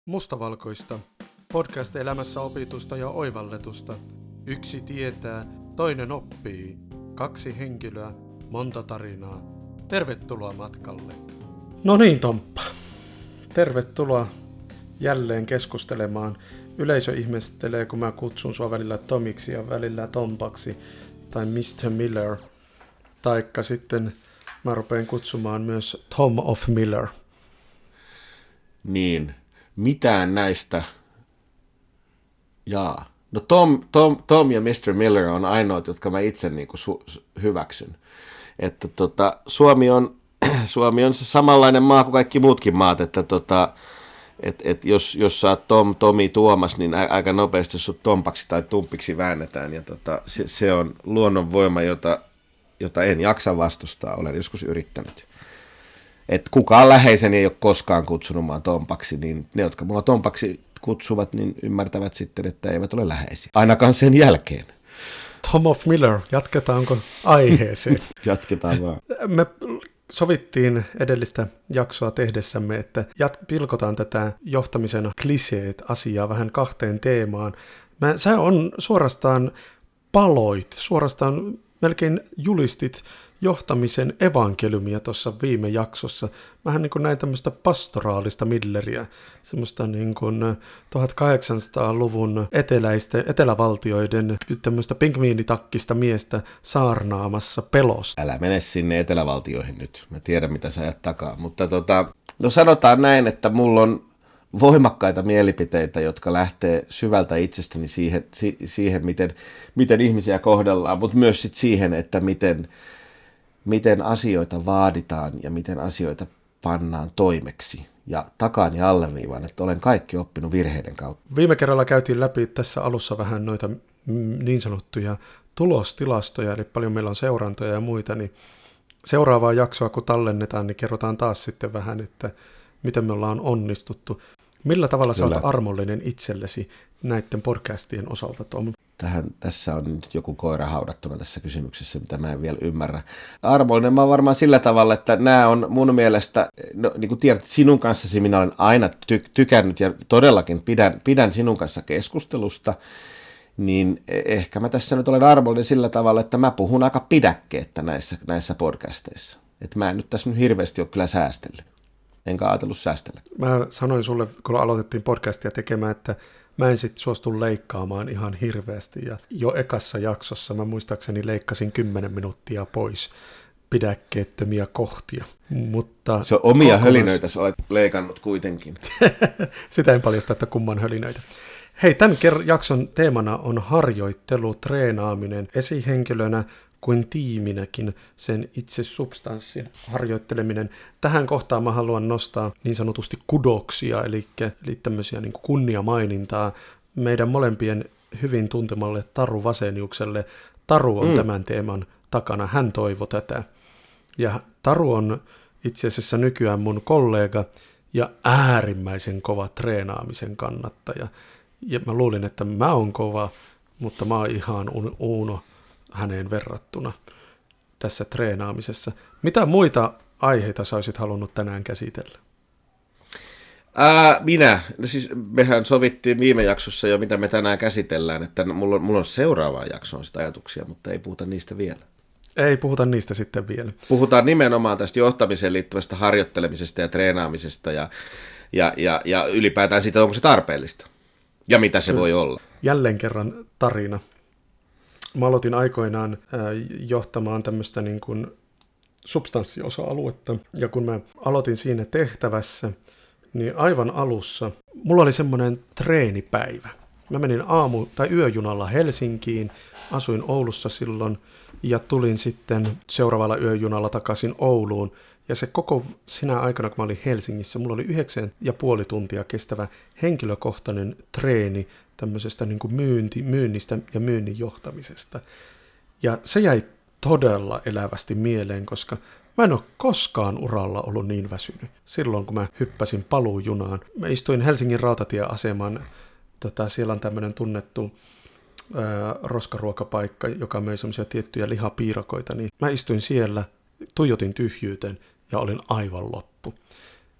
Mustavalkoista. Podcast elämässä opitusta ja oivalletusta. Yksi tietää, toinen oppii. Kaksi henkilöä, monta tarinaa. Tervetuloa matkalle. No niin, Tomppa. Tervetuloa jälleen keskustelemaan. Yleisö ihmettelee, kun mä kutsun sua välillä Tomiksi ja välillä Tompaksi tai Mr. Miller. Taikka sitten mä rupean kutsumaan myös Tom of Miller. Niin, mitään näistä. Jaa. No Tom ja Mr. Miller on ainoat, jotka mä itse niinku hyväksyn. Että Suomi on se samanlainen maa kuin kaikki muutkin maat, että jos sä oot Tomi, Tuomas, niin aika nopeasti sut Tompaksi tai Tumpiksi väännetään. Ja se on luonnonvoima, jota en jaksa vastustaa, olen joskus yrittänyt. Että kukaan läheiseni ei ole koskaan kutsunut mua Tompaksi, niin ne, jotka mua Tompaksi kutsuvat, niin ymmärtävät sitten, että eivät ole läheisiä. Ainakaan sen jälkeen. Tom of Miller, jatketaanko aiheeseen? Jatketaan vaan. Me sovittiin edellistä jaksoa tehdessämme, että pilkotaan tätä johtamisen kliseet asiaa vähän kahteen teemaan. Sä on suorastaan melkein julistit johtamisen evankeliumia tuossa viime jaksossa. Mähän niin kuin näin tämmöistä pastoraalista Milleriä, semmoista niin kuin 1800-luvun etelävaltioiden tämmöistä pingviinitakkista miestä saarnaamassa pelosta. Älä mene sinne etelävaltioihin nyt, mä tiedän mitä sä ajat takaa, mutta no sanotaan näin, että mulla on voimakkaita mielipiteitä, jotka lähtee syvältä itsestäni siihen miten ihmisiä kohdellaan, mutta myös sit siihen, että miten asioita vaaditaan ja miten asioita pannaan toimeksi. Ja takaan ja alleviivaan, että olen kaikki oppinut virheiden kautta. Viime kerralla käytiin läpi tässä alussa vähän noita niin sanottuja tulostilastoja, eli paljon meillä on seurantoja ja muita, niin seuraavaa jaksoa kun tallennetaan, niin kerrotaan taas sitten vähän, että miten me ollaan onnistuttu. Millä tavalla sä oot armollinen itsellesi näiden podcastien osalta, Tom? Tässä on nyt joku koira haudattuna tässä kysymyksessä, mitä mä en vielä ymmärrä. Armollinen mä oon varmaan sillä tavalla, että nämä on mun mielestä, no, niin kuin tiedät, sinun kanssasi minä olen aina tykännyt ja todellakin pidän sinun kanssa keskustelusta, niin ehkä mä tässä nyt olen armollinen sillä tavalla, että mä puhun aika pidäkkeettä näissä podcasteissa. Että mä en nyt tässä nyt hirveästi ole kyllä säästellyt. Enkä ajatellut säästellä. Mä sanoin sulle, kun aloitettiin podcastia tekemään, että mä en sit suostu leikkaamaan ihan hirveästi. Ja jo ekassa jaksossa mä muistaakseni leikkasin 10 minuuttia pois pidäkkeettömiä kohtia. Mutta se on omia hölinöitä sä olet leikannut kuitenkin. Sitä en paljasta, että kumman hölinöitä. Hei, tämän jakson teemana on harjoittelu, treenaaminen esihenkilönä, kuin tiiminäkin sen itse substanssin harjoitteleminen. Tähän kohtaan mä haluan nostaa niin sanotusti kudoksia, eli tämmöisiä niin kuin kunniamainintaa meidän molempien hyvin tuntemalle Taru Vaseniukselle. Taru on tämän teeman takana, hän toivoi tätä. Ja Taru on itse asiassa nykyään mun kollega ja äärimmäisen kova treenaamisen kannattaja. Ja mä luulin, että mä oon kova, mutta mä oon ihan uuno häneen verrattuna tässä treenaamisessa. Mitä muita aiheita sä olisit halunnut tänään käsitellä? No siis mehän sovittiin viime jaksossa jo, mitä me tänään käsitellään, että mulla on seuraavaan jaksoon sitä ajatuksia, mutta ei puhuta niistä vielä. Ei puhuta niistä sitten vielä. Puhutaan nimenomaan tästä johtamiseen liittyvästä harjoittelemisesta ja treenaamisesta ja ylipäätään siitä, onko se tarpeellista ja mitä se voi olla. Jälleen kerran tarina. Mä aloitin aikoinaan johtamaan tämmöistä niin kuin substanssiosa-aluetta, ja kun mä aloitin siinä tehtävässä, niin aivan alussa mulla oli semmoinen treenipäivä. Mä menin tai yöjunalla Helsinkiin, asuin Oulussa silloin, ja tulin sitten seuraavalla yöjunalla takaisin Ouluun, ja se koko sinä aikana, kun mä olin Helsingissä, mulla oli 9,5 tuntia kestävä henkilökohtainen treeni tämmöisestä niin kuin myynnistä ja myynnin johtamisesta. Ja se jäi todella elävästi mieleen, koska mä en ole koskaan uralla ollut niin väsynyt. Silloin, kun mä hyppäsin paluujunaan. Mä istuin Helsingin rautatieaseman, siellä on tämmöinen tunnettu roskaruokapaikka, joka möi semmoisia tiettyjä lihapiirakoita, niin mä istuin siellä, tuijotin tyhjyyteen ja olin aivan loppu.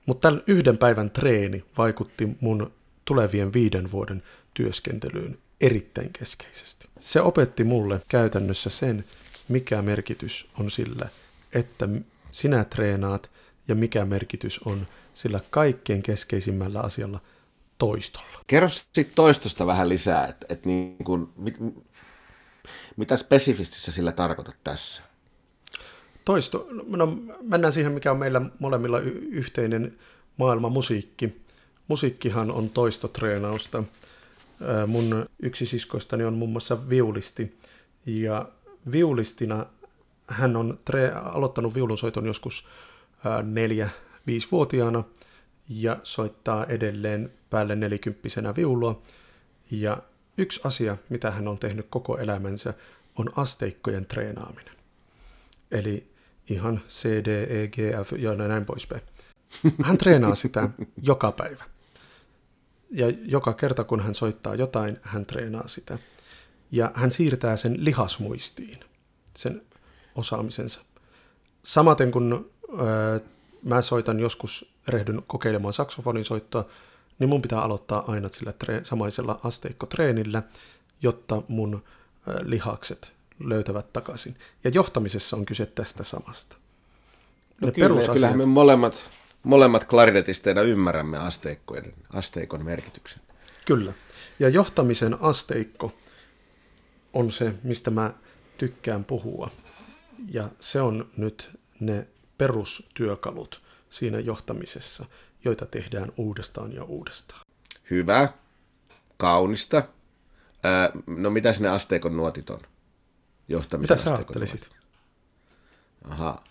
Mutta tämän yhden päivän treeni vaikutti mun tulevien 5 vuoden työskentelyyn erittäin keskeisesti. Se opetti mulle käytännössä sen, mikä merkitys on sillä, että sinä treenaat ja mikä merkitys on sillä kaikkein keskeisimmällä asialla toistolla. Kerro sitten toistosta vähän lisää, että niin kuin, mitä spesifisti sä sillä tarkoitat tässä? Toisto, no mennään siihen, mikä on meillä molemmilla yhteinen maailma, musiikki. Musiikkihan on toistotreenausta. Mun yksi siskoistani on muun muassa viulisti, ja viulistina hän on aloittanut viulunsoiton joskus 4-5-vuotiaana ja soittaa edelleen päälle 40-vuotiaana viulua. Ja yksi asia, mitä hän on tehnyt koko elämänsä, on asteikkojen treenaaminen. Eli ihan C, D, E, G, F ja näin poispäin. Hän treenaa sitä joka päivä. Ja joka kerta, kun hän soittaa jotain, hän treenaa sitä. Ja hän siirtää sen lihasmuistiin, sen osaamisensa. Samaten kun mä soitan joskus, rehdyn kokeilemaan saksofonin soittoa, niin mun pitää aloittaa aina sillä samaisella asteikkotreenillä, jotta mun lihakset löytävät takaisin. Ja johtamisessa on kyse tästä samasta. No kyllähän me molemmat klarinetisteina ymmärrämme asteikon merkityksen. Kyllä. Ja johtamisen asteikko on se, mistä mä tykkään puhua. Ja se on nyt ne perustyökalut siinä johtamisessa, joita tehdään uudestaan ja uudestaan. Hyvä. Kaunista. No mitäs ne asteikon nuotit on? Johtamisen mitä sä ajattelisit? Aha.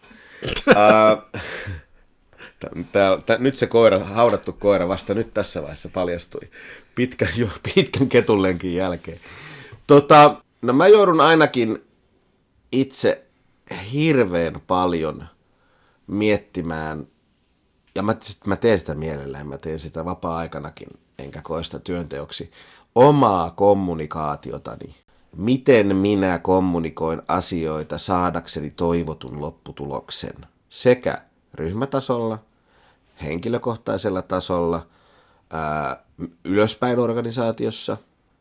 Nyt se haudattu koira vasta nyt tässä vaiheessa paljastui pitkän ketullenkin jälkeen. No mä joudun ainakin itse hirveän paljon miettimään, ja mä teen sitä mielellään, mä teen sitä vapaa-aikanakin, enkä koe sitä työnteoksi, omaa kommunikaatiotani. Miten minä kommunikoin asioita saadakseni toivotun lopputuloksen sekä ryhmätasolla, henkilökohtaisella tasolla, ylöspäin organisaatiossa,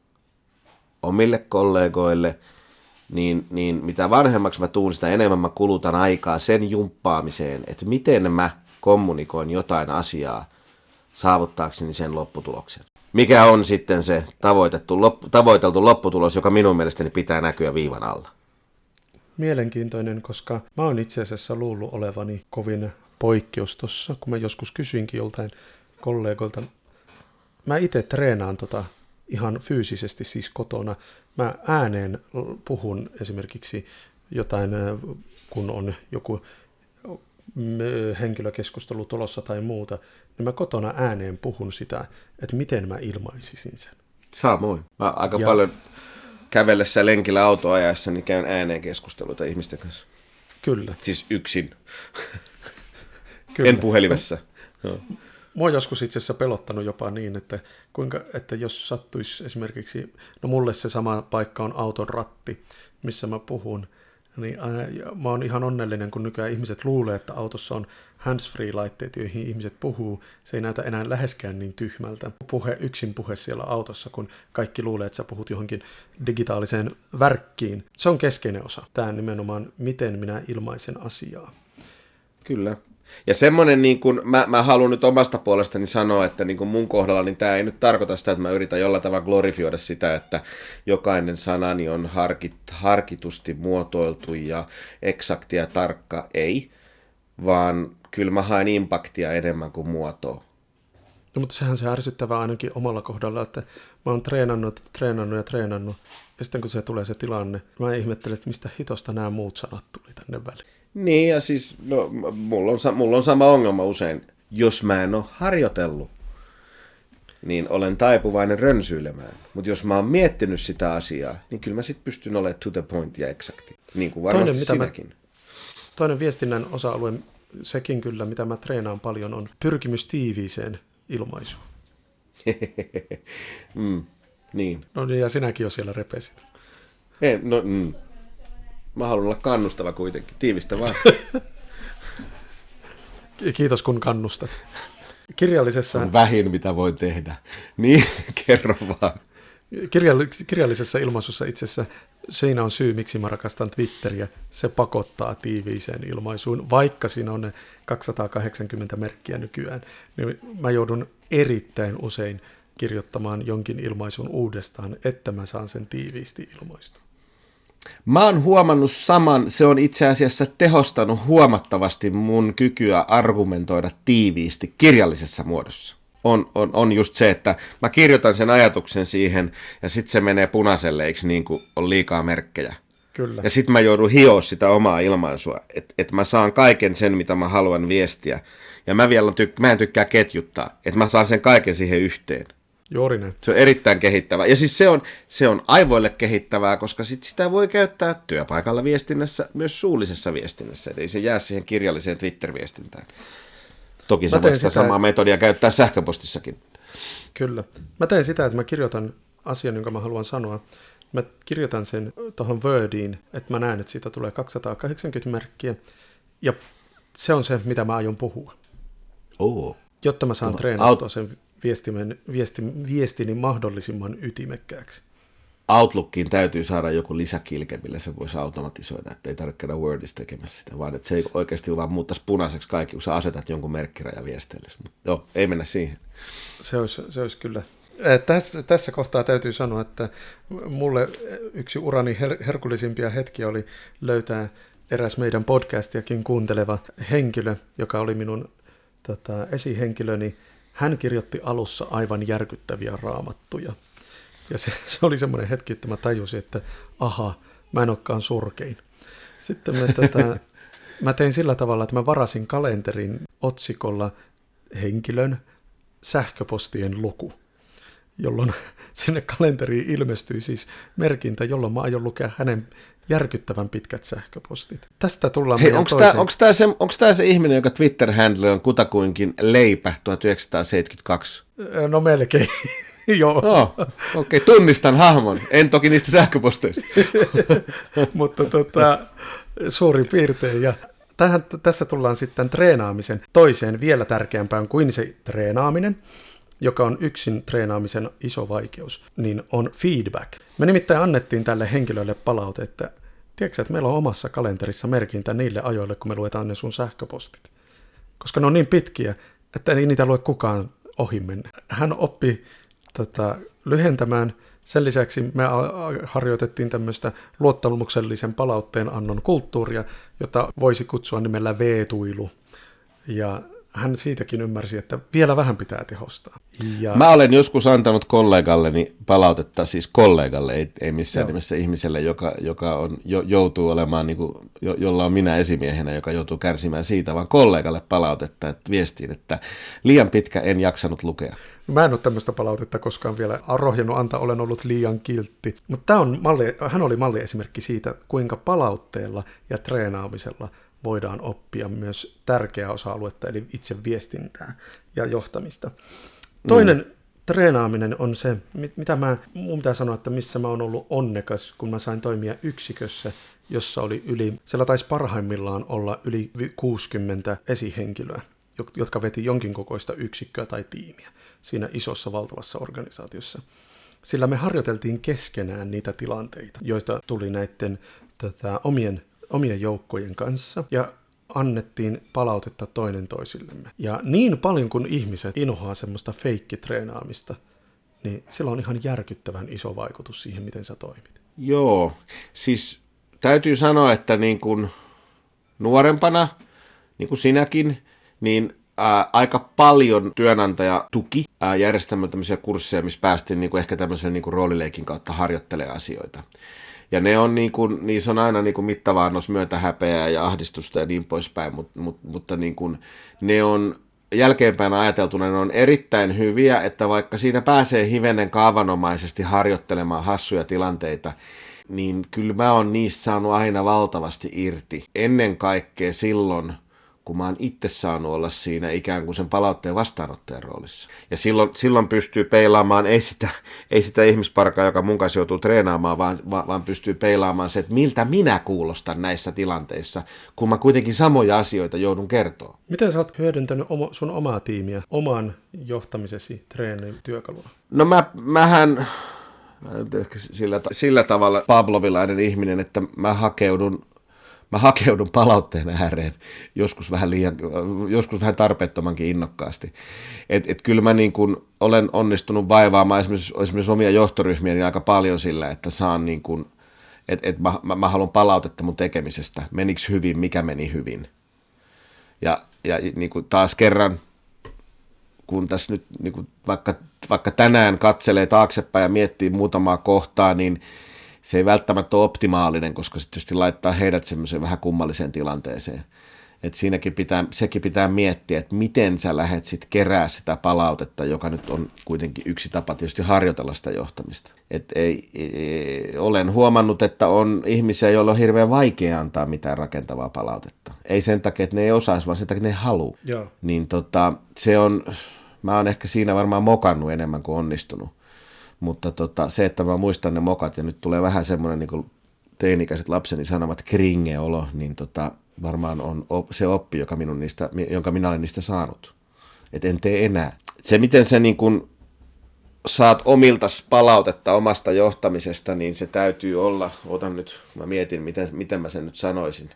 omille kollegoille, niin mitä vanhemmaksi mä tuun, sitä enemmän mä kulutan aikaa sen jumppaamiseen, että miten mä kommunikoin jotain asiaa saavuttaakseni sen lopputuloksen. Mikä on sitten se tavoiteltu lopputulos, joka minun mielestäni pitää näkyä viivan alla? Mielenkiintoinen, koska mä oon itse asiassa luullut olevani kovin poikkeus tossa, kun mä joskus kysyinkin joltain kollegoilta. Mä itse treenaan ihan fyysisesti siis kotona. Mä ääneen puhun esimerkiksi jotain, kun on joku henkilökeskustelu tulossa tai muuta, niin mä kotona ääneen puhun sitä, että miten mä ilmaisisin sen. Samoin. Mä aika paljon kävellessä lenkillä autoajassa, niin käyn ääneen keskusteluita ihmisten kanssa. Kyllä. Siis yksin. Kyllä. En puhelimessa. No. Mua on joskus itse asiassa pelottanut jopa niin, että jos sattuisi esimerkiksi, no mulle se sama paikka on auton ratti, missä mä puhun, niin mä oon ihan onnellinen, kun nykyään ihmiset luulee, että autossa on hands-free-laitteet, joihin ihmiset puhuu. Se ei näytä enää läheskään niin tyhmältä. Yksin puhe siellä autossa, kun kaikki luulee, että sä puhut johonkin digitaaliseen värkkiin. Se on keskeinen osa. Tämä nimenomaan, miten minä ilmaisen asiaa. Kyllä. Ja semmoinen, niin kun, mä haluan nyt omasta puolestani sanoa, että niin kun mun kohdalla, niin tämä ei nyt tarkoita sitä, että mä yritän jollain tavalla glorifioida sitä, että jokainen sanani on harkitusti muotoiltu ja eksakti ja tarkka, ei, vaan kyllä mä haen impaktia enemmän kuin muotoa. No, mutta sehän se ärsyttävää ainakin omalla kohdalla, että mä oon treenannut, ja sitten kun se tulee se tilanne, mä ihmettelen, että mistä hitosta nämä muut sanat tuli tänne väliin. Niin, ja siis no, mulla on sama ongelma usein. Jos mä en ole harjoitellut, niin olen taipuvainen rönsyilemään. Mutta jos mä oon miettinyt sitä asiaa, niin kyllä mä sitten pystyn olemaan to the point ja exacti. Niin kuin varmasti sinäkin. Toinen viestinnän osa-alue, sekin kyllä, mitä mä treenaan paljon, on pyrkimys tiiviiseen ilmaisuun. Niin. No niin, ja sinäkin jo siellä repesit. Mä haluan olla kannustava kuitenkin. Tiivistä vaan. Kiitos kun kannustat. Kirjallisessa, on vähin, mitä voi tehdä. Niin, kerro vaan. Kirjallisessa ilmaisussa itse asiassa siinä on syy, miksi mä rakastan Twitteriä. Se pakottaa tiiviiseen ilmaisuun, vaikka siinä on ne 280 merkkiä nykyään. Niin mä joudun erittäin usein kirjoittamaan jonkin ilmaisun uudestaan, että mä saan sen tiiviisti ilmaistua. Mä oon huomannut saman, se on itse asiassa tehostanut huomattavasti mun kykyä argumentoida tiiviisti kirjallisessa muodossa. On just se, että mä kirjoitan sen ajatuksen siihen ja sitten se menee punaiselle, eikö niin kuin on liikaa merkkejä. Kyllä. Ja sitten mä joudun hioa sitä omaa ilmaisua, että mä saan kaiken sen, mitä mä haluan viestiä. Ja mä en tykkää ketjuttaa, että mä saan sen kaiken siihen yhteen. Juuri näin. Se on erittäin kehittävää. Ja siis se on aivoille kehittävää, koska sitä voi käyttää työpaikalla viestinnässä, myös suullisessa viestinnässä. Eli se jää siihen kirjalliseen Twitter-viestintään. Toki se voi samaa metodia käyttää sähköpostissakin. Kyllä. Mä teen sitä, että mä kirjoitan asian, jonka mä haluan sanoa. Mä kirjoitan sen tuohon Wordiin, että mä näen, että siitä tulee 280 merkkiä. Ja se on se, mitä mä aion puhua. Jotta mä saan treenattua sen viestini mahdollisimman ytimekkääksi. Outlookiin täytyy saada joku lisäkilke, millä se voisi automatisoida, että ei tarvitse käydä Wordissa tekemässä sitä, vaan että se ei oikeasti vaan muuttaisi punaiseksi kaikki, kun sä asetat jonkun merkkirajan viesteille. Mutta ei mennä siihen. Se olisi kyllä. Tässä kohtaa täytyy sanoa, että mulle yksi urani herkullisimpia hetkiä oli löytää eräs meidän podcastiakin kuunteleva henkilö, joka oli minun esihenkilöni. Hän kirjoitti alussa aivan järkyttäviä raamattuja. Ja se oli semmoinen hetki, että mä tajusin, että mä en olekaan surkein. Sitten mä tein sillä tavalla, että mä varasin kalenterin otsikolla henkilön sähköpostien luku, jolloin sinne kalenteriin ilmestyi siis merkintä, jolloin mä aion lukea hänen järkyttävän pitkät sähköpostit. Tästä tullaan meidän toiseen. Onko tämä se ihminen, joka Twitter-handle on kutakuinkin Leipä 1972? No melkein. Joo. Okei, tunnistan hahmon. En toki niistä sähköposteista. Mutta suurin piirtein. Ja tässä tullaan sitten treenaamisen toiseen vielä tärkeämpään kuin se treenaaminen, joka on yksin treenaamisen iso vaikeus, niin on feedback. Me nimittäin annettiin tälle henkilölle palaute, että tiedätkö, että meillä on omassa kalenterissa merkintä niille ajoille, kun me luetaan ne sun sähköpostit. Koska ne on niin pitkiä, että ei niitä lue kukaan ohi mennä. Hän oppi lyhentämään. Sen lisäksi me harjoitettiin tämmöistä luottamuksellisen palautteen annon kulttuuria, jota voisi kutsua nimellä veetuilu. Ja hän siitäkin ymmärsi, että vielä vähän pitää tehostaa. Mä olen joskus antanut kollegalleni palautetta, siis kollegalle, ei missään nimessä ihmiselle, joka on, joutuu olemaan, niin kuin, jolla on minä esimiehenä, joka joutuu kärsimään siitä, vaan kollegalle palautetta, että viestiin, että liian pitkä en jaksanut lukea. Mä en ole tämmöistä palautetta koskaan vielä rohjennut antaa, olen ollut liian kiltti. Mutta hän oli malliesimerkki siitä, kuinka palautteella ja treenaamisella voidaan oppia myös tärkeää osa-aluetta, eli itse viestintää ja johtamista. Toinen treenaaminen on se, mitä mun pitää sanoa, että missä mä oon ollut onnekas, kun mä sain toimia yksikössä, jossa oli siellä taisi parhaimmillaan olla yli 60 esihenkilöä, jotka veti jonkin kokoista yksikköä tai tiimiä siinä isossa valtavassa organisaatiossa. Sillä me harjoiteltiin keskenään niitä tilanteita, joita tuli näiden omien joukkojen kanssa ja annettiin palautetta toinen toisillemme. Ja niin paljon kuin ihmiset inhoaa semmoista feikkitreenaamista, niin sillä on ihan järkyttävän iso vaikutus siihen, miten sä toimit. Joo, siis täytyy sanoa, että niin kuin nuorempana, niin kuin sinäkin, niin aika paljon työnantaja tuki järjestämään tämmöisiä kursseja, missä päästiin niin kuin ehkä tämmöisen niin kuin roolileikin kautta harjoittelemaan asioita. Ja niissä on aina niin kuin mittava annos myötähäpeää ja ahdistusta ja niin poispäin, mutta niin kuin ne on jälkeenpäin ajateltuna ne on erittäin hyviä, että vaikka siinä pääsee hivenen kaavanomaisesti harjoittelemaan hassuja tilanteita, niin kyllä mä oon niissä saanut aina valtavasti irti. Ennen kaikkea silloin, kun mä oon itse saanut olla siinä ikään kuin sen palautteen vastaanottajan roolissa. Ja silloin pystyy peilaamaan, ei sitä ihmisparkaa, joka mun kanssa joutuu treenaamaan, vaan pystyy peilaamaan se, että miltä minä kuulostan näissä tilanteissa, kun mä kuitenkin samoja asioita joudun kertoa. Miten sä oot hyödyntänyt sun omaa tiimiä, oman johtamisesi treenin työkaluna? No mähän sillä tavalla pavlovilainen ihminen, että mä hakeudun palautteen ääreen joskus vähän tarpeettomankin innokkaasti. Et kyllä mä niin kuin olen onnistunut vaivaamaan esimerkiksi omia johtoryhmiäni aika paljon sillä, että saan niin kuin, mä haluan palautetta mun tekemisestä. Menikö hyvin, mikä meni hyvin. Ja niin kuin taas kerran, kun tässä nyt niin kuin vaikka tänään katselee taaksepäin ja miettii muutamaa kohtaa, niin se ei välttämättä ole optimaalinen, koska se tietysti laittaa heidät semmoiseen vähän kummalliseen tilanteeseen. Et sekin pitää miettiä, että miten sä lähdet sitten kerää sitä palautetta, joka nyt on kuitenkin yksi tapa tietysti harjoitella sitä johtamista. Olen huomannut, että on ihmisiä, joilla on hirveän vaikea antaa mitään rakentavaa palautetta. Ei sen takia, että ne ei osaisi, vaan sen takia, että ne ei halua. Joo. Niin mä oon ehkä siinä varmaan mokannut enemmän kuin onnistunut. Mutta se, että mä muistan ne mokat ja nyt tulee vähän semmoinen niin kuin teinikäiset lapseni sanovat kringe-olo, niin varmaan on se oppi, jonka minä olen niistä saanut. Et en tee enää. Se, miten sä niin kuin saat omiltas palautetta omasta johtamisesta, niin se täytyy olla, mä mietin, miten mä sen nyt sanoisin.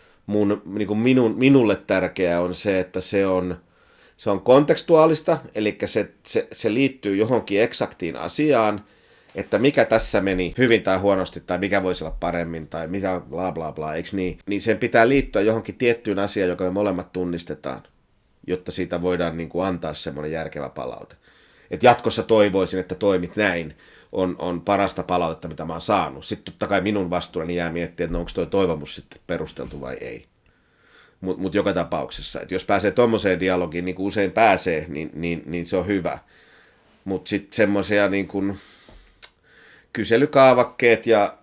Minulle tärkeää on se, että se on kontekstuaalista, eli se liittyy johonkin eksaktiin asiaan, että mikä tässä meni hyvin tai huonosti, tai mikä voisi olla paremmin, tai mitä bla bla bla, eikö niin? Niin sen pitää liittyä johonkin tiettyyn asiaan, joka me molemmat tunnistetaan, jotta siitä voidaan niin kuin antaa semmoinen järkevä palaute. Et jatkossa toivoisin, että toimit näin, on parasta palautetta, mitä mä oon saanut. Sitten totta kai minun vastuullani jää miettiä, että onko tuo toivomus sitten perusteltu vai ei. Mutta joka tapauksessa, että jos pääsee tuommoiseen dialogiin, niin kuin usein pääsee, niin se on hyvä. Mutta sitten semmoisia niin kuin kyselykaavakkeet ja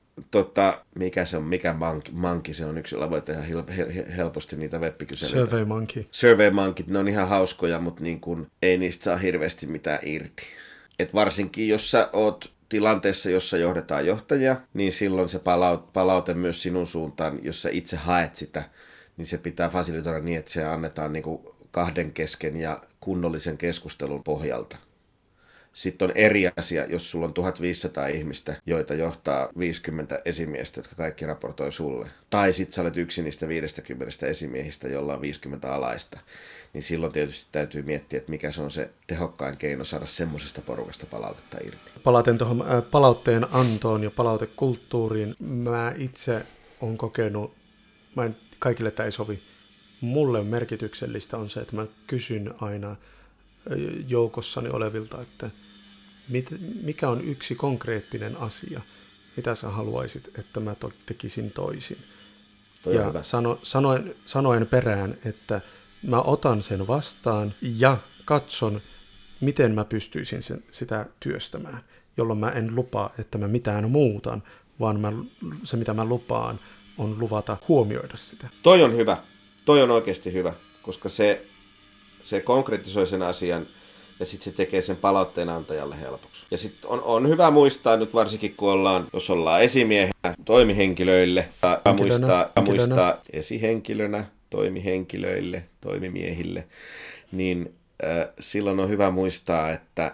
mikä monkey se on yksi, jolla voi tehdä helposti niitä web-kyselyitä. SurveyMonkey, ne on ihan hauskoja, mutta niin kuin, ei niistä saa hirveästi mitään irti. Et varsinkin jos sä oot tilanteessa, jossa johdetaan johtajia, niin silloin se palaute myös sinun suuntaan, jos sä itse haet sitä, niin se pitää fasilitoida niin, että se annetaan niin kuin kahden kesken ja kunnollisen keskustelun pohjalta. Sitten on eri asia, jos sulla on 1500 ihmistä, joita johtaa 50 esimiestä, jotka kaikki raportoi sulle. Tai sitten sä olet yksi niistä 50 esimiehistä, jolla on 50 alaista. Niin silloin tietysti täytyy miettiä, että mikä se on se tehokkain keino saada semmoisesta porukasta palautetta irti. Palaten tuohon palautteen antoon ja palautekulttuuriin. Mä itse olen kokenut, kaikille tämä ei sovi. Mulle merkityksellistä on se, että mä kysyn aina joukossani olevilta, että mikä on yksi konkreettinen asia, mitä sä haluaisit, että mä tekisin toisin. Ja sanoen perään, että mä otan sen vastaan ja katson, miten mä pystyisin sitä työstämään, jolloin mä en lupaa, että mä mitään muutan, vaan se mitä mä lupaan on luvata huomioida sitä. Toi on hyvä. Toi on oikeasti hyvä, koska se konkretisoi sen asian ja sitten se tekee sen palautteen antajalle helpoksi. Ja sitten on hyvä muistaa nyt varsinkin, jos ollaan esimiehenä toimihenkilöille, muistaa esihenkilönä toimihenkilöille, toimimiehille, niin silloin on hyvä muistaa, että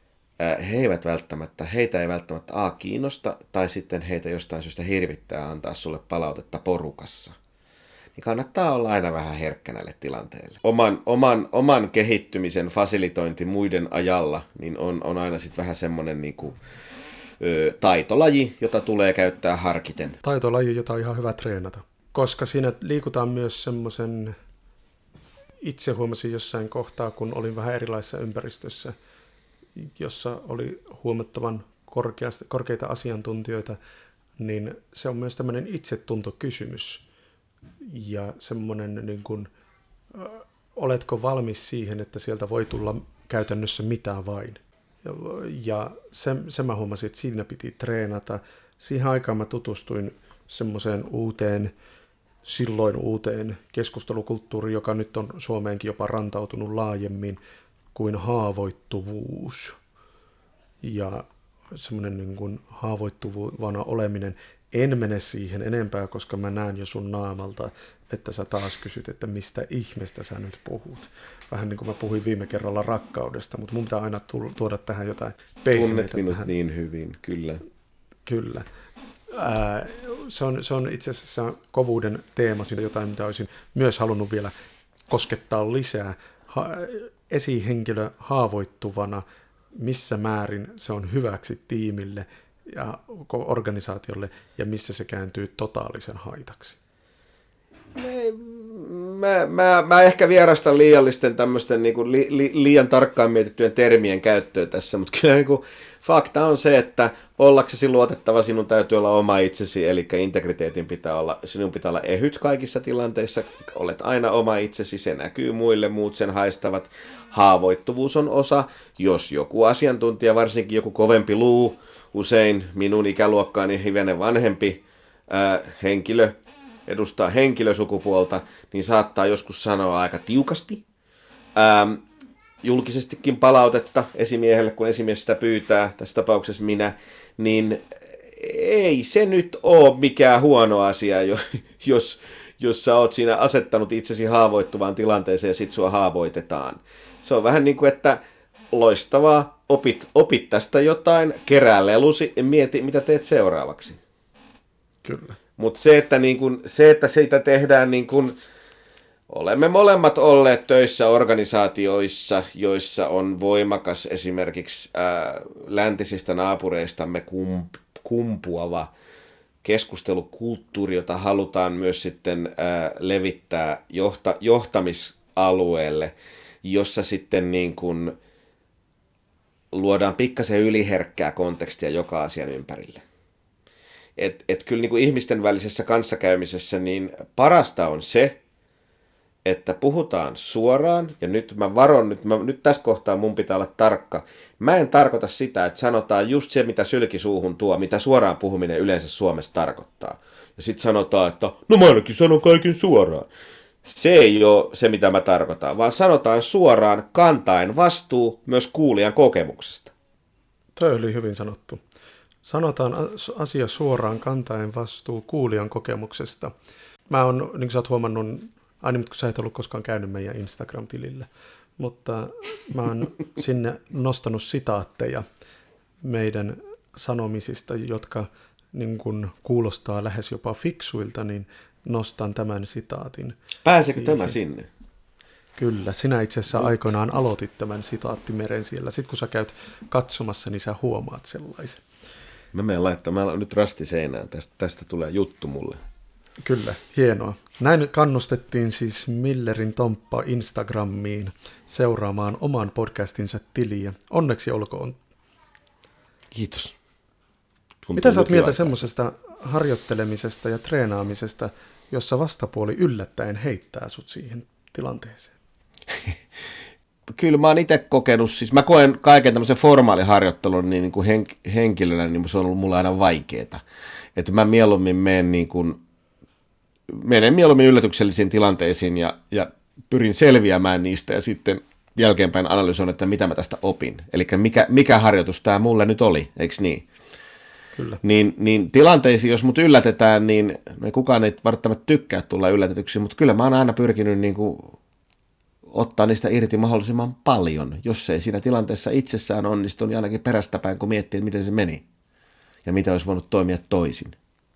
heitä ei välttämättä kiinnosta, tai sitten heitä jostain syystä hirvittää antaa sulle palautetta porukassa. Niin kannattaa olla aina vähän herkkä näille tilanteille. Oman kehittymisen fasilitointi muiden ajalla niin on aina sitten vähän semmoinen niinku, taitolaji, jota tulee käyttää harkiten. Taitolaji, jota on ihan hyvä treenata. Koska siinä liikutaan myös semmoisen, itse huomasin jossain kohtaa, kun olin vähän erilaisessa ympäristössä, jossa oli huomattavan korkeita asiantuntijoita, niin se on myös tämmöinen itsetuntokysymys. Ja semmoinen, niin kuin, oletko valmis siihen, että sieltä voi tulla käytännössä mitä vain. Ja se mä huomasin, että siinä piti treenata. Siihen aikaan mä tutustuin semmoiseen uuteen silloin uuteen keskustelukulttuuriin, joka nyt on Suomeenkin jopa rantautunut laajemmin, kuin haavoittuvuus. Ja semmoinen niin kuin haavoittuvana oleminen. En mene siihen enempää, koska mä näen jo sun naamalta, että sä taas kysyt, että mistä ihmeestä sä nyt puhut. Vähän niin kuin mä puhuin viime kerralla rakkaudesta, mutta mun pitää aina tuoda tähän jotain pehmeitä. Tunnet minut niin hyvin, kyllä. Kyllä. Se on itse asiassa kovuuden teema, siinä jotain, mitä olisin myös halunnut vielä koskettaa lisää. Esihenkilö haavoittuvana, missä määrin se on hyväksi tiimille ja organisaatiolle, ja missä se kääntyy totaalisen haitaksi. Mä ehkä vierastan liiallisten tämmöisten niin kuin liian tarkkaan mietittyjen termien käyttöä tässä, mutta kyllä niin kuin fakta on se, että ollaksesi luotettava sinun täytyy olla oma itsesi, eli sinun pitää olla ehyt kaikissa tilanteissa, olet aina oma itsesi, se näkyy muille, muut sen haistavat. Haavoittuvuus on osa, jos joku asiantuntija, varsinkin joku kovempi luu, usein minun ikäluokkaani hivenen vanhempi henkilö, edustaa henkilösukupuolta, niin saattaa joskus sanoa aika tiukasti julkisestikin palautetta esimiehelle, kun esimies sitä pyytää, tässä tapauksessa minä, niin ei se nyt ole mikään huono asia, jos sä oot siinä asettanut itsesi haavoittuvaan tilanteeseen ja sit sua haavoitetaan. Se on vähän niin kuin, että loistavaa, opit tästä jotain, kerää lelusi ja mieti, mitä teet seuraavaksi. Kyllä. Mutta se, että siitä tehdään niin kuin, olemme molemmat olleet töissä organisaatioissa, joissa on voimakas esimerkiksi läntisistä naapureistamme kumpuava keskustelukulttuuri, jota halutaan myös sitten levittää johtamisalueelle, jossa sitten niin kuin luodaan pikkasen yliherkkää kontekstia joka asian ympärille. Et kyllä niin kuin ihmisten välisessä kanssakäymisessä niin parasta on se, että puhutaan suoraan, ja nyt mä varon, nyt tässä kohtaa mun pitää olla tarkka. Mä en tarkoita sitä, että sanotaan just se, mitä sylki suuhun tuo, mitä suoraan puhuminen yleensä Suomessa tarkoittaa. Ja sitten sanotaan, että no mä ainakin sanon kaiken suoraan. Se ei ole se, mitä mä tarkoitan, vaan sanotaan suoraan kantaen vastuu myös kuulijan kokemuksesta. Toi oli hyvin sanottu. Sanotaan asia suoraan kantaen vastuu kuulijan kokemuksesta. Mä oon, niin kuin sä oot huomannut, aina kun sä et ollut koskaan käynyt meidän Instagram-tilillä, mutta mä oon sinne nostanut sitaatteja meidän sanomisista, jotka niin kun kuulostaa lähes jopa fiksuilta, niin nostan tämän sitaatin. Pääseekö tämä sinne? Kyllä, sinä itse asiassa aikoinaan aloitit tämän sitaattimeren siellä. Sitten kun sä käyt katsomassa, niin sä huomaat sellaisen. Mä menen laittamaan nyt rasti seinään. Tästä tulee juttu mulle. Kyllä, hienoa. Näin kannustettiin siis Millerin Tomppa Instagramiin seuraamaan oman podcastinsa tiliä. Onneksi olkoon. Kiitos. Mitä sä oot mieltä semmoisesta harjoittelemisesta ja treenaamisesta, jossa vastapuoli yllättäen heittää sut siihen tilanteeseen? Kyllä mä oon itse kokenut, siis mä koen kaiken tämmöisen formaaliharjoittelun niin kuin henkilönä, niin se on ollut mulle aina vaikeeta. Että mä mieluummin menen mieluummin yllätyksellisiin tilanteisiin ja pyrin selviämään niistä ja sitten jälkeenpäin analysoin, että mitä mä tästä opin. Eli mikä harjoitus tämä mulle nyt oli, eikö niin? Kyllä. Niin tilanteisiin, jos mut yllätetään, niin kukaan ei välttämättä tykkää tulla yllätetyksi, mutta kyllä mä oon aina pyrkinyt niin kuin ottaa niistä irti mahdollisimman paljon. Jos ei siinä tilanteessa itsessään onnistu, niin ainakin perästäpäin, kun miettii, että miten se meni ja mitä olisi voinut toimia toisin.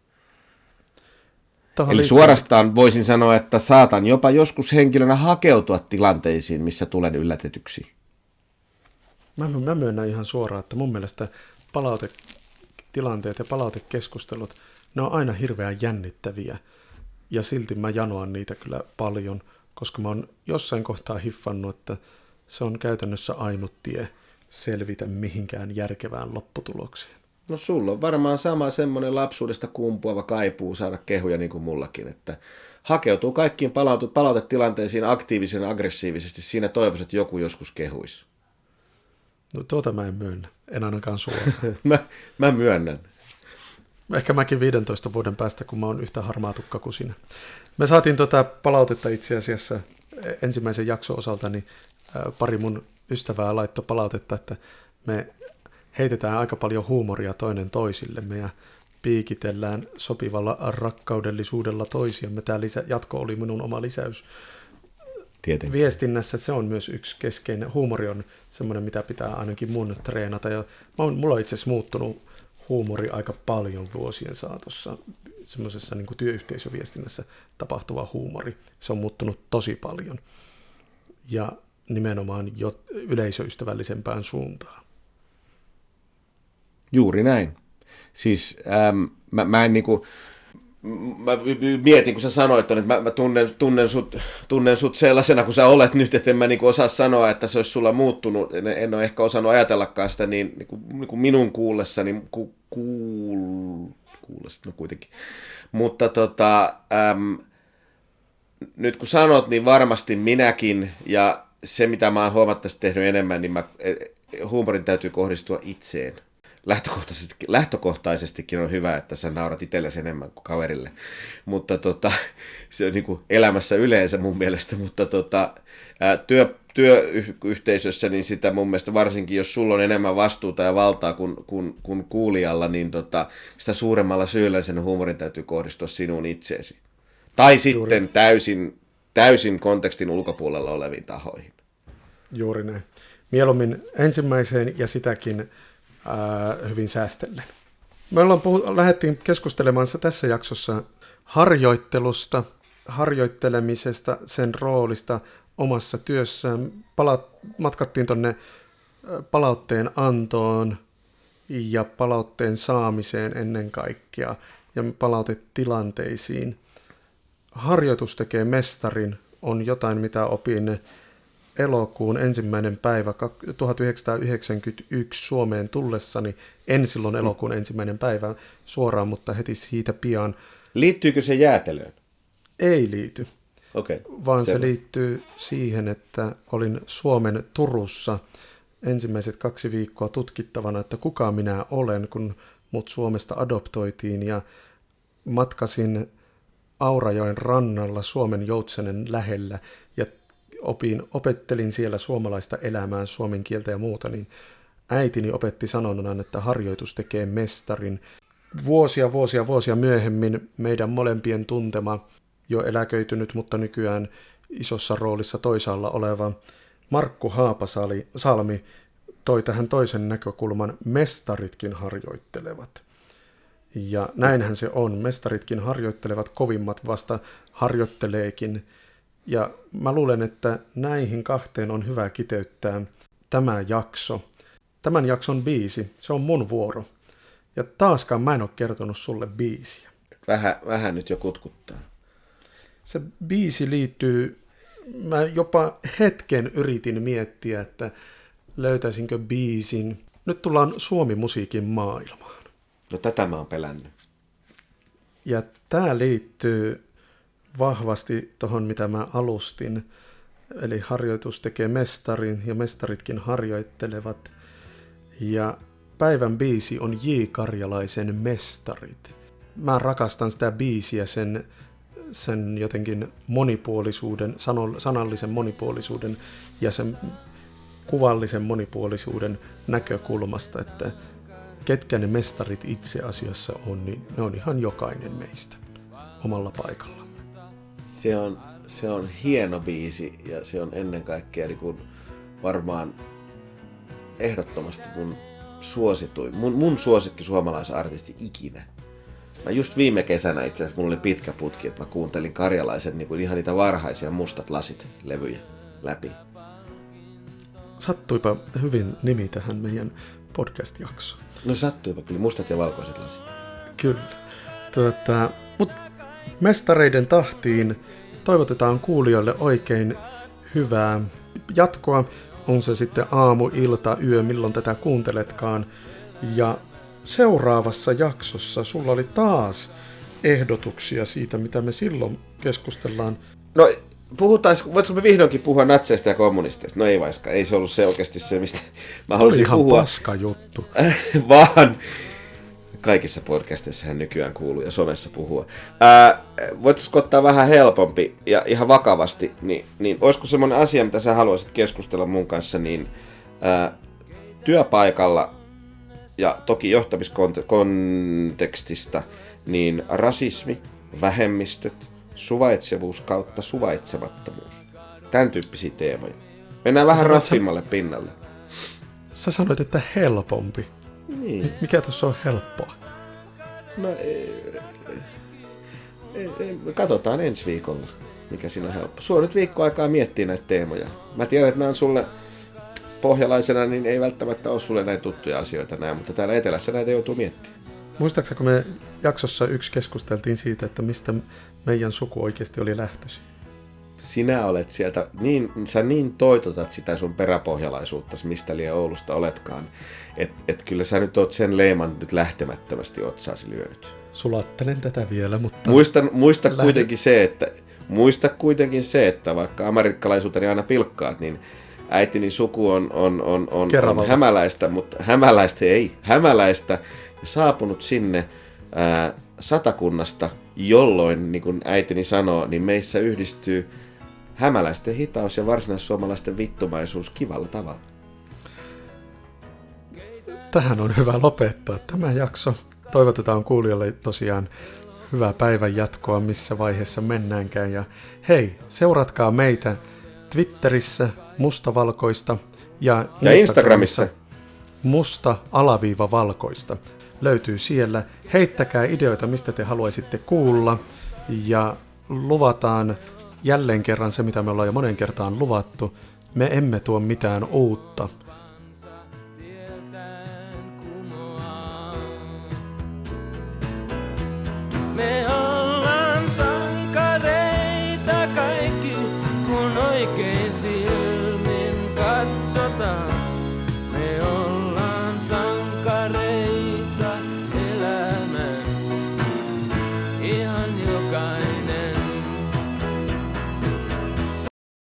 Eli suorastaan voisin sanoa, että saatan jopa joskus henkilönä hakeutua tilanteisiin, missä tulen yllätetyksi. Mä myönnän ihan suoraan, että mun mielestä palautetilanteet ja palautekeskustelut, ne on aina hirveän jännittäviä. Ja silti mä janoan niitä kyllä paljon, koska mä oon jossain kohtaa hiffannut, että se on käytännössä ainut tie selvitä mihinkään järkevään lopputulokseen. No sulla on varmaan sama semmoinen lapsuudesta kumpuava kaipuu saada kehuja niin kuin mullakin, että hakeutuu kaikkiin palautetilanteisiin aktiivisen aggressiivisesti siinä toivossa, että joku joskus kehuisi. No tuota mä en myönnä, en ainakaan suoraan. mä myönnän. Ehkä mäkin 15 vuoden päästä, kun mä oon yhtä harmaa tukka kuin sinä. Me saatiin palautetta itse asiassa ensimmäisen jakson osalta, niin pari mun ystävää laittoi palautetta, että me heitetään aika paljon huumoria toinen toisillemme ja piikitellään sopivalla rakkaudellisuudella toisiamme. Tämä jatko oli minun oma lisäys. Tietenkin. Viestinnässä se on myös yksi keskeinen. Huumori on semmoinen, mitä pitää ainakin mun treenata. Ja mulla on itse asiassa muuttunut huumori aika paljon vuosien saatossa. Semmoisessa niin kuin työyhteisöviestinnässä tapahtuva huumori. Se on muuttunut tosi paljon. Ja nimenomaan jo yleisöystävällisempään suuntaan. Juuri näin. Siis mä en niinku... Mä mietin, kun sä sanoit, että mä tunnen sut sellaisena, kun sä olet nyt, että en mä niinku osaa sanoa, että se olisi sulla muuttunut. En ole ehkä osannut ajatellakaan sitä niin kuin minun kuullessani, kuullessa, no kuitenkin. Mutta nyt kun sanot, niin varmasti minäkin, ja se mitä mä oon huomattavasti tehnyt enemmän, niin huumorin täytyy kohdistua itseen. Lähtökohtaisestikin on hyvä, että sä naurat itsellesi enemmän kuin kaverille, mutta se on niin kuin elämässä yleensä mun mielestä, mutta työyhteisössä niin sitä mun mielestä varsinkin, jos sulla on enemmän vastuuta ja valtaa kuin kuulijalla, niin sitä suuremmalla syyllä sen huumorin täytyy kohdistua sinuun itseesi. Tai sitten täysin kontekstin ulkopuolella oleviin tahoihin. Juuri näin. Mieluummin ensimmäiseen ja sitäkin hyvin säästellen. Me lähdettiin keskustelemaan tässä jaksossa harjoittelusta, harjoittelemisesta, sen roolista omassa työssään. Matkattiin tuonne palautteen antoon ja palautteen saamiseen ennen kaikkea ja palautetilanteisiin. Harjoitus tekee mestarin on jotain, mitä opin elokuun 1. päivä 1991 Suomeen tullessani. En silloin elokuun 1. päivä suoraan, mutta heti siitä pian. Liittyykö se jäätelöön? Ei liity, vaan selvä. Se liittyy siihen, että olin Suomen Turussa ensimmäiset 2 viikkoa tutkittavana, että kuka minä olen, kun mut Suomesta adoptoitiin ja matkasin Aurajoen rannalla Suomen Joutsenen lähellä ja opettelin siellä suomalaista elämää, suomen kieltä ja muuta, niin äitini opetti sanonnan, että harjoitus tekee mestarin. Vuosia myöhemmin meidän molempien tuntema, jo eläköitynyt, mutta nykyään isossa roolissa toisaalla oleva Markku Haapasalmi toi tähän toisen näkökulman, mestaritkin harjoittelevat. Ja näinhän se on, mestaritkin harjoittelevat, kovimmat vasta harjoitteleekin. Ja mä luulen, että näihin 2 on hyvä kiteyttää tämä jakso. Tämän jakson biisi, se on mun vuoro. Ja taaskaan mä en ole kertonut sulle biisiä. Vähän nyt jo kutkuttaa. Se biisi liittyy, mä jopa hetken yritin miettiä, että löytäisinkö biisin. Nyt tullaan suomi-musiikin maailmaan. No tätä mä oon pelännyt. Ja tää liittyy vahvasti tuohon, mitä mä alustin. Eli harjoitus tekee mestarin ja mestaritkin harjoittelevat. Ja päivän biisi on J. Karjalaisen Mestarit. Mä rakastan sitä biisiä sen jotenkin monipuolisuuden, sanallisen monipuolisuuden ja sen kuvallisen monipuolisuuden näkökulmasta, että ketkä ne mestarit itse asiassa on, niin ne on ihan jokainen meistä omalla paikalla. Se on hieno biisi ja se on ennen kaikkea niin kuin varmaan ehdottomasti mun suosituin, mun suosikki suomalaisartisti ikinä. Mä just viime kesänä itse asiassa, mulla oli pitkä putki, että mä kuuntelin Karjalaisen niin kuin ihan niitä varhaisia Mustat lasit -levyjä läpi. Sattuipa hyvin nimi tähän meidän podcast-jaksoon. No sattuipa kyllä, mustat ja valkoiset lasit. Kyllä. Mutta mestareiden tahtiin toivotetaan kuulijoille oikein hyvää jatkoa. On se sitten aamu, ilta, yö, milloin tätä kuunteletkaan. Ja seuraavassa jaksossa sulla oli taas ehdotuksia siitä, mitä me silloin keskustellaan. No voitko me vihdoinkin puhua natseista ja kommunisteista? No ei vaiska, ei se ollut se oikeasti se, mistä mä halusin puhua. Oli ihan paska juttu. Vaan kaikissa podcasteissa nykyään kuuluu ja somessa puhua. Voitaisiko ottaa vähän helpompi ja ihan vakavasti, niin olisiko semmoinen asia, mitä sä haluaisit keskustella mun kanssa, niin työpaikalla ja toki johtamiskontekstista, niin rasismi, vähemmistöt, suvaitsevuus kautta suvaitsemattomuus. Tämän tyyppisiä teemoja. Mennään vähän raffimmalle pinnalle. Sä sanoit, että helpompi. Niin. Mikä tuossa on helppoa? No, katsotaan ensi viikolla, mikä siinä on helppo. Sulla on nyt viikko aikaa miettiä näitä teemoja. Mä tiedän, että nämä on sulle pohjalaisena, niin ei välttämättä ole sulle näitä tuttuja asioita nämä, mutta täällä etelässä näitä joutuu miettimään. Muistaakseni, kun me jaksossa 1 keskusteltiin siitä, että mistä meidän suku oikeasti oli lähtöisin? Sinä olet sieltä, sä niin toitotat sitä sun peräpohjalaisuutta, mistä liian Oulusta oletkaan, että kyllä sä nyt oot sen leiman nyt lähtemättömästi otsaasi lyönyt. Sulattelen tätä vielä, mutta... Muista kuitenkin se, että vaikka amerikkalaisuuteni aina pilkkaat, niin äitini suku on hämäläistä, mutta hämäläistä ja saapunut sinne Satakunnasta, jolloin, niin kuin äitini sanoo, niin meissä yhdistyy hämäläisten hitaus ja varsinaissuomalaisten vittumaisuus kivalla tavalla. Tähän on hyvä lopettaa tämä jakso. Toivotetaan kuulijoille tosiaan hyvää päivän jatkoa, missä vaiheessa mennäänkään. Ja hei, seuratkaa meitä Twitterissä mustavalkoista ja Instagramissa musta_valkoista. Löytyy siellä. Heittäkää ideoita, mistä te haluaisitte kuulla. Ja luvataan jälleen kerran se, mitä me ollaan jo monen kertaan luvattu. Me emme tuo mitään uutta.